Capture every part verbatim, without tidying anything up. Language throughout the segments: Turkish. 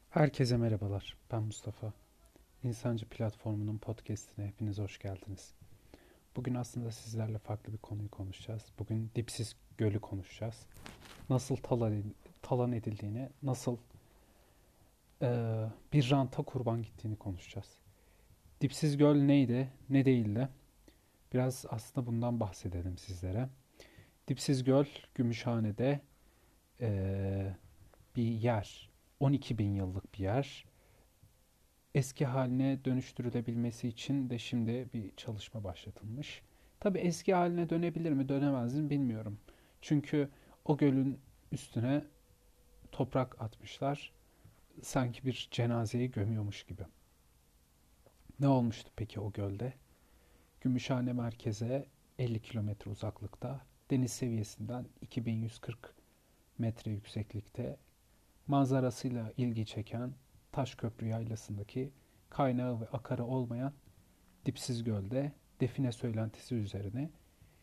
Herkese merhabalar. Ben Mustafa. İnsancı Platformu'nun podcast'ine hepiniz hoş geldiniz. Bugün aslında sizlerle farklı bir konuyu konuşacağız. Bugün Dipsiz Gölü konuşacağız. Nasıl talan, talan edildiğini, nasıl eee, bir ranta kurban gittiğini konuşacağız. Dipsiz Göl neydi, ne değildi? Biraz aslında bundan bahsedelim sizlere. Dipsiz Göl, Gümüşhane'de eee, bir yer. on iki bin yıllık bir yer. Eski haline dönüştürülebilmesi için de şimdi bir çalışma başlatılmış. Tabii eski haline dönebilir mi, dönemez mi bilmiyorum. Çünkü o gölün üstüne toprak atmışlar. Sanki bir cenazeyi gömüyormuş gibi. Ne olmuştu peki o gölde? Gümüşhane merkeze elli kilometre uzaklıkta, deniz seviyesinden iki bin yüz kırk metre yükseklikte, manzarasıyla ilgi çeken Taşköprü Yaylası'ndaki kaynağı ve akarı olmayan Dipsiz Göl'de define söylentisi üzerine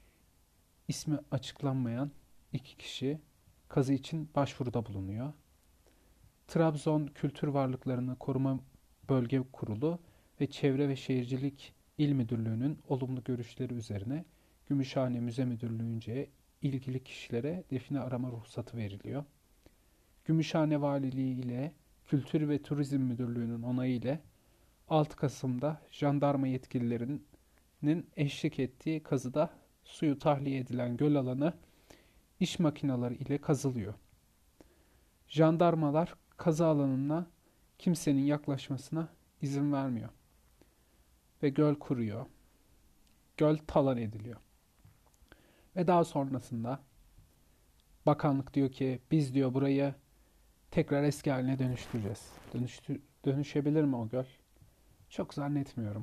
ismi açıklanmayan iki kişi kazı için başvuruda bulunuyor. Trabzon Kültür Varlıklarını Koruma Bölge Kurulu ve Çevre ve Şehircilik İl Müdürlüğü'nün olumlu görüşleri üzerine Gümüşhane Müze Müdürlüğü'nce ilgili kişilere define arama ruhsatı veriliyor. Gümüşhane Valiliği ile Kültür ve Turizm Müdürlüğü'nün onayı ile altı Kasım'da jandarma yetkililerinin eşlik ettiği kazıda suyu tahliye edilen göl alanı iş makineleri ile kazılıyor. Jandarmalar kazı alanına kimsenin yaklaşmasına izin vermiyor ve göl kuruyor. Göl talan ediliyor. Ve daha sonrasında bakanlık diyor ki biz diyor burayı tekrar eski haline dönüştüreceğiz. Dönüştü, dönüşebilir mi o göl? Çok zannetmiyorum.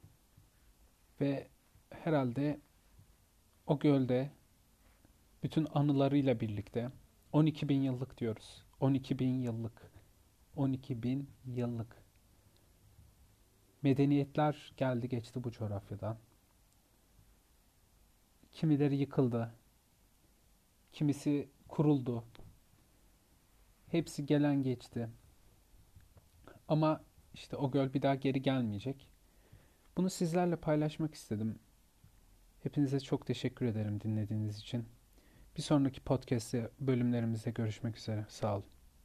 Ve herhalde o gölde bütün anılarıyla birlikte on iki bin yıllık diyoruz. on iki bin yıllık. on iki bin yıllık. Medeniyetler geldi geçti bu coğrafyadan. Kimileri yıkıldı. Kimisi kuruldu. Hepsi gelen geçti. Ama işte o göl bir daha geri gelmeyecek. Bunu sizlerle paylaşmak istedim. Hepinize çok teşekkür ederim dinlediğiniz için. Bir sonraki podcast bölümlerimizde görüşmek üzere. Sağ olun.